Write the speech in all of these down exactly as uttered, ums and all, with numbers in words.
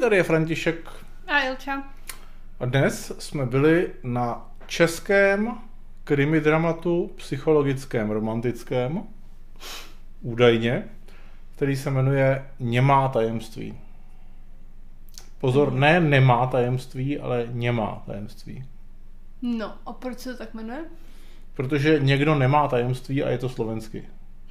tady je František. A Ilča. A dnes jsme byli na českém krimidramatu psychologickém, romantickém, údajně, který se jmenuje Němá tajemství. Pozor, mm. ne nemá tajemství, ale němá tajemství. No, a proč se to tak jmenuje? Protože někdo nemá tajemství a je to slovensky.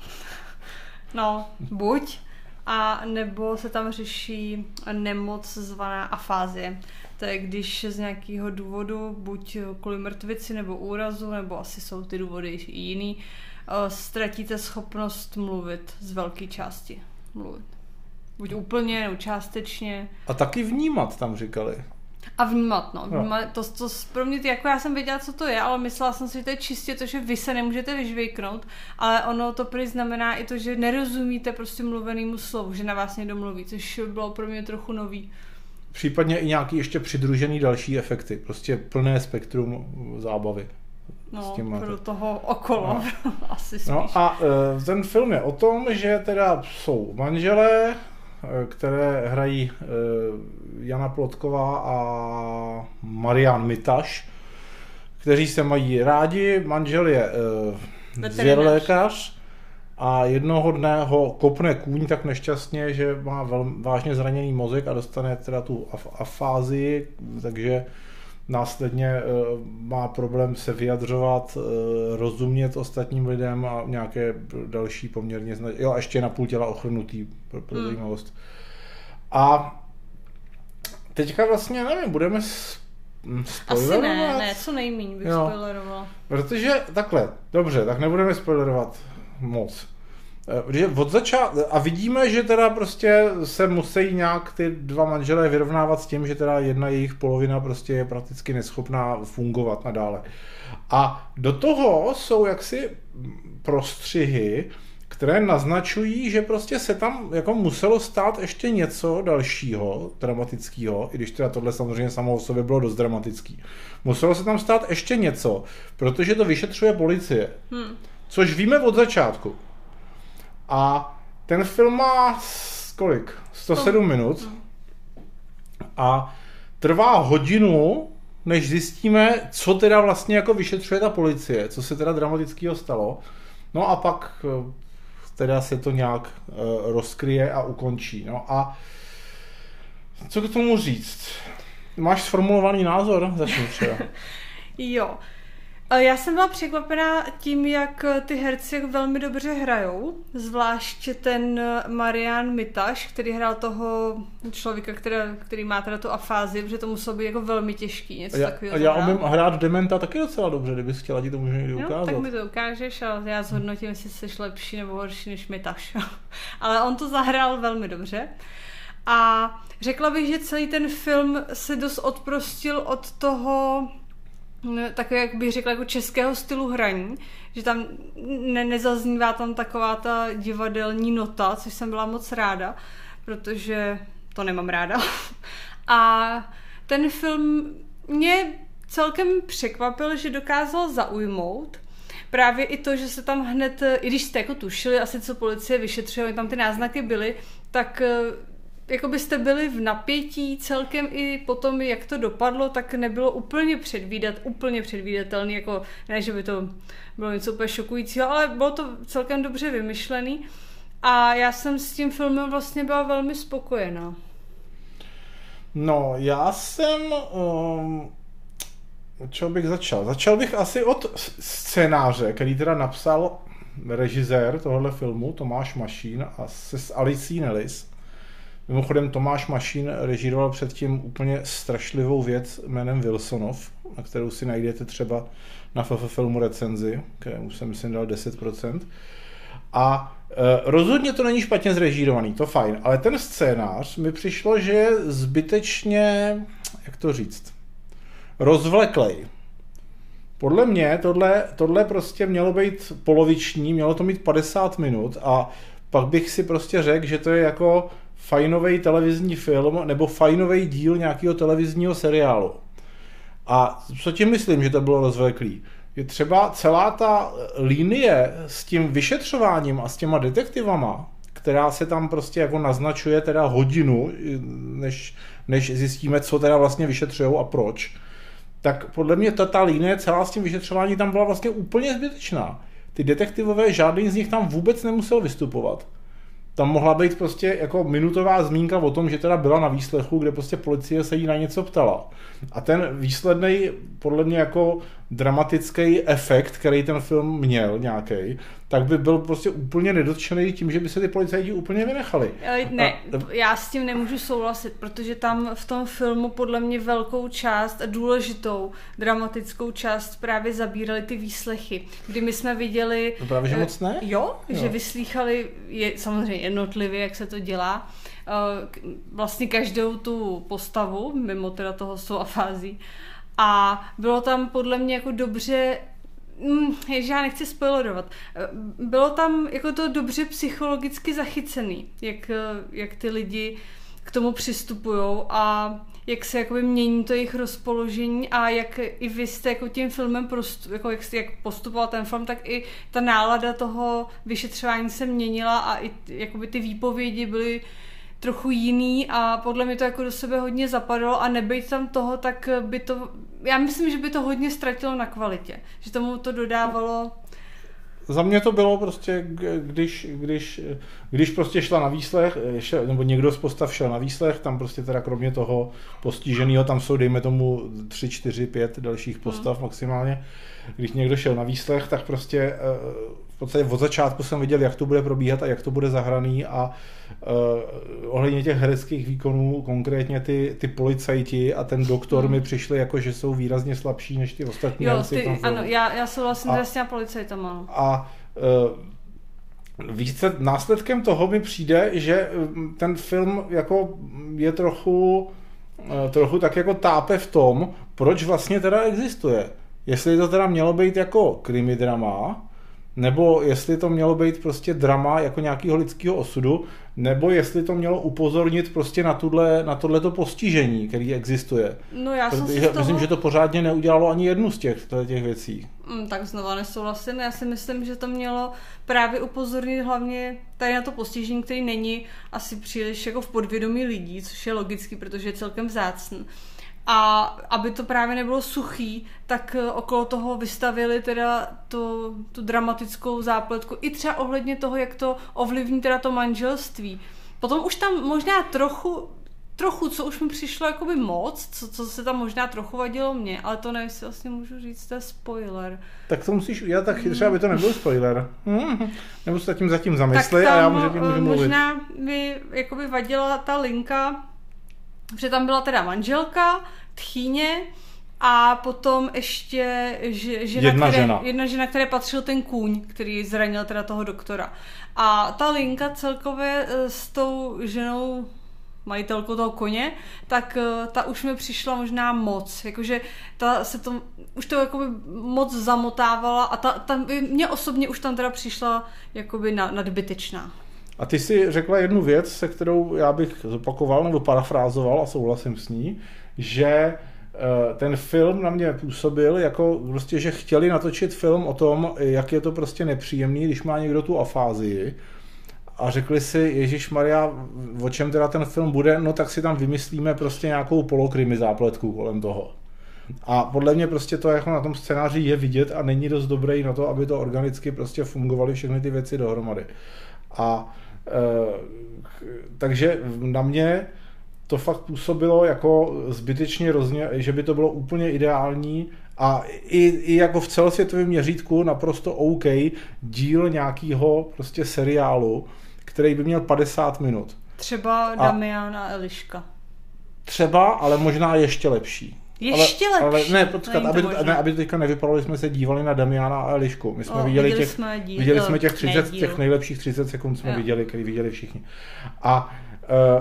No, buď. A nebo se tam řeší nemoc zvaná afázie. To je, když z nějakého důvodu, buď kvůli mrtvici nebo úrazu, nebo asi jsou ty důvody i jiný, ztratíte schopnost mluvit z velké části. Mluvit. Buď úplně, nebo částečně. A taky vnímat tam říkali. A vnímat, no. Vnímat, to, to pro mě, jako já jsem věděla, co to je, ale myslela jsem si, že to je čistě to, že vy se nemůžete vyžvejknout, ale ono to prý znamená i to, že nerozumíte prostě mluvenému slovu, že na vás někdo mluví, což bylo pro mě trochu nový. Případně i nějaký ještě přidružený další efekty, prostě plné spektrum zábavy. No, pro toho okolo, no. Asi spíš. No a e, ten film je o tom, že teda jsou manželé, které hrají e, Jana Plotková a Marian Mitaš, kteří se mají rádi. Manžel je e, zvěrolékař a jednoho dne ho kopne kůň tak nešťastně, že má velmi vážně zraněný mozek a dostane teda tu af- afázii, takže následně e, má problém se vyjadřovat, e, rozumět ostatním lidem a nějaké další poměrně znač... Jo, a ještě na půl těla ochrnutý, pro, pro hmm. zajímavost. A teďka vlastně, nevím, budeme spoilerovat? Asi ne, ne, co nejméně bych jo. spoilerovala. Protože takhle, dobře, tak nebudeme spoilerovat moc. Protože od začátku, a vidíme, že teda prostě se musí nějak ty dva manželé vyrovnávat s tím, že teda jedna jejich polovina prostě je prakticky neschopná fungovat nadále. A do toho jsou jaksi prostřihy, které naznačují, že prostě se tam jako muselo stát ještě něco dalšího, dramatického, i když teda tohle samozřejmě samo o sobě bylo dost dramatický. Muselo se tam stát ještě něco, protože to vyšetřuje policie. Hmm. Což víme od začátku. A ten film má kolik? sto sedm minut. A trvá hodinu, než zjistíme, co teda vlastně jako vyšetřuje ta policie, co se teda dramatického stalo. No a pak teda se to nějak uh, rozkryje a ukončí. No a co k tomu říct? Máš sformulovaný názor? Začni třeba. Jo. Já jsem byla překvapená tím, jak ty herci velmi dobře hrajou, zvlášť ten Marian Mitaš, který hrál toho člověka, který, který má teda tu afázii, protože to muselo být jako velmi těžký, něco já, takového. Já umím hrát dementa taky docela dobře, kdybys chtěla, ti to můžu někdy ukázat. No, tak mi to ukážeš a já zhodnotím, jestli jsi lepší nebo horší než Mitaš. Ale on to zahrál velmi dobře. A řekla bych, že celý ten film se dost odprostil od toho takové, jak bych řekla, jako českého stylu hraní, že tam ne, nezaznívá tam taková ta divadelní nota, což jsem byla moc ráda, protože to nemám ráda. A ten film mě celkem překvapil, že dokázal zaujmout. Právě i to, že se tam hned, i když jste jako tušili asi, co policie vyšetřuje, tam ty náznaky byly, tak jako byste byli v napětí celkem i potom, jak to dopadlo, tak nebylo úplně předvídat, úplně předvídatelný, jako ne, že by to bylo něco úplně šokujícího, ale bylo to celkem dobře vymyšlený a já jsem s tím filmem vlastně byla velmi spokojená. No, já jsem... Um, čeho bych začal? Začal bych asi od scénáře, který teda napsal režisér tohohle filmu, Tomáš Mašín, a se s Alicí Nellis. Mimochodem Tomáš Mašín režíroval předtím úplně strašlivou věc jménem Wilsonov, na kterou si najdete třeba na F F Filmu recenzi, kterému jsem myslím dal deset procent. A e, rozhodně to není špatně zrežírovaný, to fajn, ale ten scénář mi přišlo, že je zbytečně, jak to říct, rozvleklej. Podle mě tohle, tohle prostě mělo být poloviční, mělo to mít padesát minut a pak bych si prostě řekl, že to je jako fajnovej televizní film nebo fajnovej díl nějakého televizního seriálu. A co tím myslím, že to bylo rozvleklý? Je třeba celá ta linie s tím vyšetřováním a s těma detektivama, která se tam prostě jako naznačuje teda hodinu, než, než zjistíme, co teda vlastně vyšetřujou a proč, tak podle mě ta, ta linie celá s tím vyšetřování tam byla vlastně úplně zbytečná. Ty detektivové, žádný z nich tam vůbec nemusel vystupovat. Tam mohla být prostě jako minutová zmínka o tom, že teda byla na výslechu, kde prostě policie se jí na něco ptala. A ten výsledný, podle mě jako dramatický efekt, který ten film měl nějaký, tak by byl prostě úplně nedotčený tím, že by se ty policajti úplně vynechali. Ne, já s tím nemůžu souhlasit, protože tam v tom filmu podle mě velkou část, důležitou dramatickou část právě zabírali ty výslechy, kdy my jsme viděli... No právě, že moc ne? Jo, jo. Že vyslýchali je, samozřejmě jednotlivě, jak se to dělá, vlastně každou tu postavu, mimo teda toho s tou afází. A bylo tam podle mě jako dobře, ježi, já nechci spoilerovat, bylo tam jako to dobře psychologicky zachycený, jak, jak ty lidi k tomu přistupujou a jak se jakoby mění to jejich rozpoložení a jak i vy jste jako tím filmem, prostu, jako jak, jak postupoval ten film, tak i ta nálada toho vyšetřování se měnila a i jakoby ty výpovědi byly trochu jiný a podle mě to jako do sebe hodně zapadlo a nebejt tam toho, tak by to, já myslím, že by to hodně ztratilo na kvalitě, že tomu to dodávalo. Za mě to bylo prostě, když, když, když prostě šla na výslech, šel, nebo někdo z postav šel na výslech, tam prostě teda kromě toho postiženého, tam jsou dejme tomu tři, čtyři, pět dalších postav hmm. maximálně. Když někdo šel na výslech, tak prostě v podstatě od začátku jsem viděl, jak to bude probíhat a jak to bude zahraný a uh, ohledně těch hereckých výkonů, konkrétně ty, ty policajti a ten doktor hmm. mi přišli jako, že jsou výrazně slabší než ty ostatní. Jo, ty, ano, já, já jsem vlastně s těma policajtama. A uh, více následkem toho mi přijde, že ten film jako je trochu, uh, trochu tak jako tápe v tom, proč vlastně teda existuje. Jestli to teda mělo být jako krimidrama, nebo jestli to mělo být prostě drama jako nějakého lidského osudu, nebo jestli to mělo upozornit prostě na, tuhle, na tohleto postižení, který existuje. No já jsem si Myslím, toho... že to pořádně neudělalo ani jednu z těch, těch věcí. Mm, tak znova nesouhlasím. Já si myslím, že to mělo právě upozornit hlavně tady na to postižení, který není asi příliš jako v podvědomí lidí, což je logicky, protože je celkem vzácný. A aby to právě nebylo suchý, tak okolo toho vystavili teda tu, tu dramatickou zápletku. I třeba ohledně toho, jak to ovlivní teda to manželství. Potom už tam možná trochu, trochu, co už mi přišlo jakoby moc, co, co se tam možná trochu vadilo mně, ale to nevím, jestli vlastně můžu říct, to je spoiler. Tak to musíš udělat tak chytře, aby to nebyl spoiler. Hmm. Nebo se tím zatím zamysli a já můžu tím můžu mluvit. Možná mi jakoby vadila ta linka, protože tam byla teda manželka, tchýně a potom ještě žena, jedna, které, žena. jedna žena, které patřil ten kůň, který zranil teda toho doktora. A ta linka celkově s tou ženou, majitelkou toho koně, tak ta už mi přišla možná moc. Jakože ta se to, už to jakoby moc zamotávala a ta, ta mě osobně už tam teda přišla jakoby nadbytečná. A ty si řekla jednu věc, se kterou já bych zopakoval nebo parafrázoval a souhlasím s ní, že ten film na mě působil jako prostě, že chtěli natočit film o tom, jak je to prostě nepříjemný, když má někdo tu afázii a řekli si, ježišmarja, o čem teda ten film bude, no tak si tam vymyslíme prostě nějakou polokrimi zápletku kolem toho. A podle mě prostě to jako na tom scénáři je vidět a není dost dobrý na to, aby to organicky prostě fungovaly všechny ty věci dohromady. A e, takže na mě to fakt působilo jako zbytečně rozně, že by to bylo úplně ideální a i, i jako v celosvětovém měřítku naprosto OK díl nějakého prostě seriálu, který by měl padesát minut. Třeba Damian a Eliška. Třeba, ale možná ještě lepší. Ještě ale, lepší? Ale ne, počkat, aby, to, ne, aby to teďka nevypadalo, že jsme se dívali na Damiana a Elišku. My jsme o, viděli, viděli těch, jsme díl, viděli jsme těch ne, třicet, díl. těch nejlepších třicet sekund jsme jo. viděli, který viděli všichni. A uh,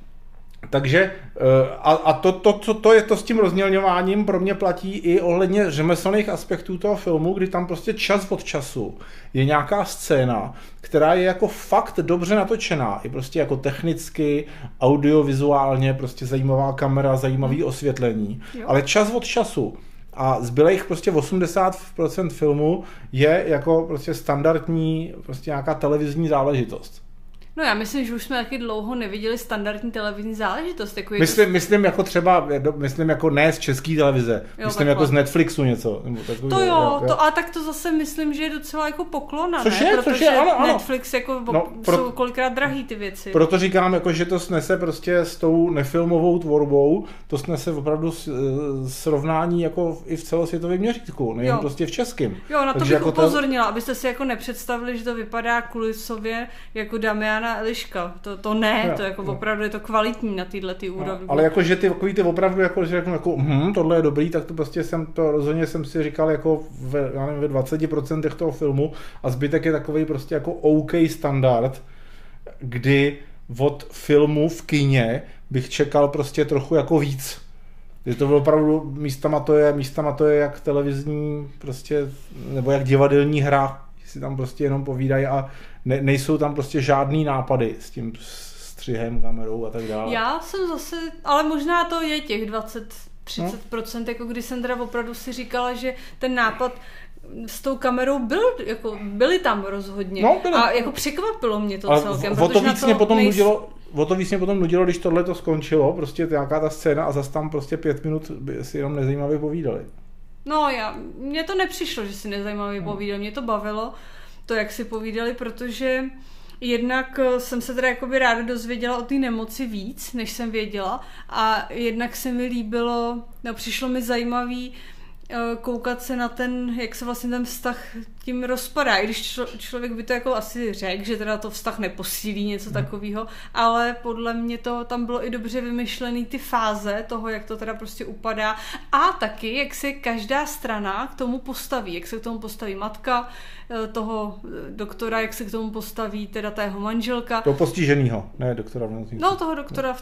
takže a, a to, to, to, to je to s tím rozmělňováním pro mě platí i ohledně řemeslných aspektů toho filmu, kdy tam prostě čas od času je nějaká scéna, která je jako fakt dobře natočená, i prostě jako technicky, audiovizuálně, prostě zajímavá kamera, zajímavý osvětlení, jo. ale čas od času a zbylejch prostě osmdesát procent filmu je jako prostě standardní prostě nějaká televizní záležitost. No já myslím, že už jsme taky dlouho neviděli standardní televizní záležitost. Jako myslím, to... myslím jako třeba, myslím jako ne z české televize, jo, myslím takhle. Jako z Netflixu něco. Takový, to jo, jo, to, a tak to zase myslím, že je docela jako poklona, což ne? Je, protože což je, ano, ano. Netflix jako no, pro... jsou kolikrát drahý ty věci. Proto říkám, jako, že to snese prostě s tou nefilmovou tvorbou, to snese opravdu srovnání jako i v celosvětovém měřítku, nejen prostě v českém. Jo, na to bych jako upozornila, to... abyste si jako nepředstavili, že to vypadá kulisově jako Damiana Eliška. To, to ne, jo, to jako jo. Opravdu je to kvalitní na tyhle ty úrovni. Ale jako, že ty, takový ty opravdu, jako, že řeknu, jako, hm, tohle je dobrý, tak to prostě jsem, to rozhodně jsem si říkal jako ve, já nevím, ve dvacet procent toho filmu a zbytek je takový prostě jako OK standard, kdy od filmu v kině bych čekal prostě trochu jako víc. Je to opravdu, místama to je, místama to je jak televizní prostě, nebo jak divadelní hra, si tam prostě jenom povídají a ne, nejsou tam prostě žádný nápady s tím střihem, kamerou a tak dále. Já jsem zase, ale možná to je těch dvacet až třicet procent, no. Jako když jsem teda opravdu si říkala, že ten nápad s tou kamerou byl, jako byli tam rozhodně. No, byli. A jako překvapilo mě to ale celkem. O to víc mě potom nejs... nudilo, o to víc mě potom nudilo, když tohle to skončilo, prostě nějaká ta scéna a zas tam prostě pět minut by si jenom nezajímavě povídali. No já, mně to nepřišlo, že si nezajímavě povídali, mě to bavilo, to jak si povídali, protože jednak jsem se teda jakoby ráda dozvěděla o té nemoci víc, než jsem věděla a jednak se mi líbilo, no přišlo mi zajímavý koukat se na ten, jak se vlastně ten vztah tím rozpadá. I když člo, člověk by to jako asi řekl, že teda to vztah neposílí, něco hmm. takového, ale podle mě to tam bylo i dobře vymyšlený ty fáze toho, jak to teda prostě upadá a taky, jak se každá strana k tomu postaví, jak se k tomu postaví matka toho doktora, jak se k tomu postaví teda ta jeho manželka. Toho postiženýho, ne doktora. No toho doktora,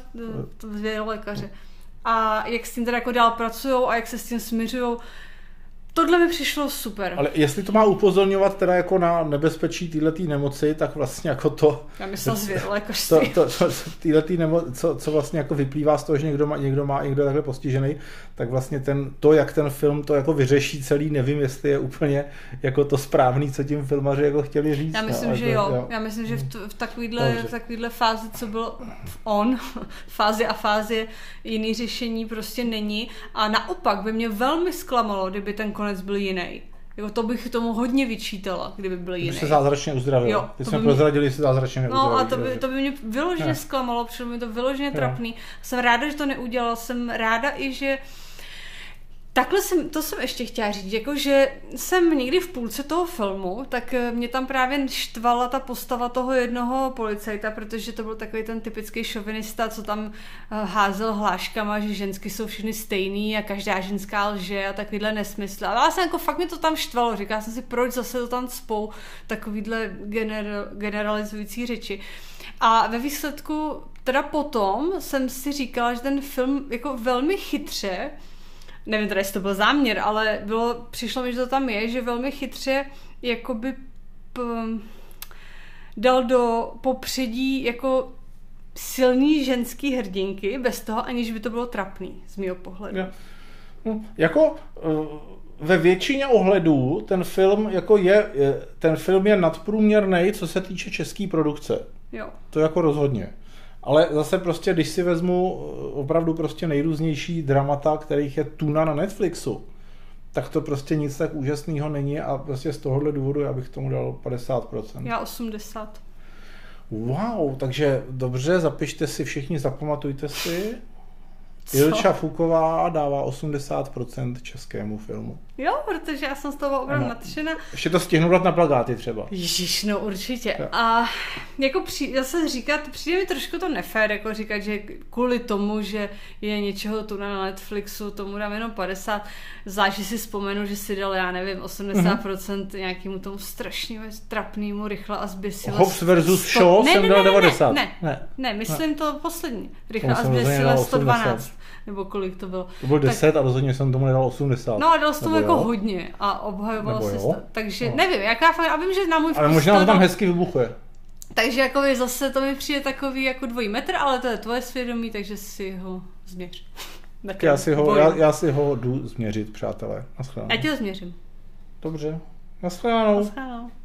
v lékaře. A jak s tím teda jako dál pracujou a jak se s tím smiřujou. Tohle mi přišlo super. Ale jestli to má upozorňovat teda jako na nebezpečí téhletý nemoci, tak vlastně jako to... Já myslím zvěrolékařství. To, to, to, téhletý nemoci, co, co vlastně jako vyplývá z toho, že někdo má, někdo má někdo takhle postižený, tak vlastně ten, to, jak ten film to jako vyřeší celý, nevím, jestli je úplně jako to správný, co tím filmaři jako chtěli říct. Já myslím, no, že jako, jo. jo. Já myslím, že v, t- v takovýhle, v takovýhle fázi, co bylo on, fázi a fázi jiný řešení prostě není. A naopak by mě velmi zklamalo, kdyby ten konec byl jiný. Jako to bych tomu hodně vyčítala, kdyby byl jiný. Kdyby se zázračně uzdravil. Jo, Teď jsme by prozradili, že se zázračně neuzdravil. No a to by, to by mě vyloženě ne. zklamalo, přišlo mi to vyloženě trapný. Jsem ráda, že to neudělal. Jsem ráda i, že takhle jsem, to jsem ještě chtěla říct, jako že jsem někdy v půlce toho filmu, tak mě tam právě štvala ta postava toho jednoho policajta, protože to byl takový ten typický šovinista, co tam házel hláškama, že žensky jsou všechny stejný a každá ženská lže a takovýhle nesmysl. Ale já jsem jako fakt mě to tam štvalo, říkala jsem si, proč zase to tam spou, takovýhle gener, generalizující řeči. A ve výsledku teda potom jsem si říkala, že ten film jako velmi chytře, nevím teda, jestli to byl záměr, ale bylo, přišlo mi, že to tam je, že velmi chytře jakoby p, dal do popředí jako silný ženský hrdinky, bez toho, aniž by to bylo trapný, z mýho pohledu. Ja. No, jako ve většině ohledů ten film jako je, ten film je nadprůměrný, co se týče české produkce. Jo. To jako rozhodně. Ale zase prostě, když si vezmu opravdu prostě nejrůznější dramata, kterých je tuna na Netflixu, tak to prostě nic tak úžasného není a prostě z tohohle důvodu já bych tomu dal padesát procent. Já osmdesát. Wow, takže dobře, zapište si všichni, zapamatujte si. Ilča Fuková dává osmdesát procent českému filmu. Jo, protože já jsem z toho opravdu nadšená. Ještě to stihnu dát na plakáty třeba. Ježiš, no určitě. Jo. A jako při, zase říkat, přijde mi trošku to nefér, jako říkat, že kvůli tomu, že je něčeho tu na Netflixu, tomu dám jenom padesát. Zvlášť, že si vzpomenu, že si dal, já nevím, osmdesát procent mm-hmm. nějakému tomu strašnému, trapnému, rychle a zběsile. Hobbs versus Shaw jsem dal devadesát. Ne, ne, ne, myslím ne. to poslední. Rychle a zběsile sto dvanáct. Nebo kolik to bylo. To bylo deset tak, a rozhodně jsem tomu nedal osmdesát. No a dal jsem tomu jako hodně a obhajoval si to. Takže no. nevím, jaká fakt, a vím, že na můj ale možná to tam hezky vybuchuje. Takže jako zase to mi přijde takový jako dvojí metr, ale to je tvoje svědomí, takže si ho změř. Já si ho, já, já si ho jdu změřit, přátelé. Naschledanou. Já ti ho změřím. Dobře. Naschledanou. Naschledanou.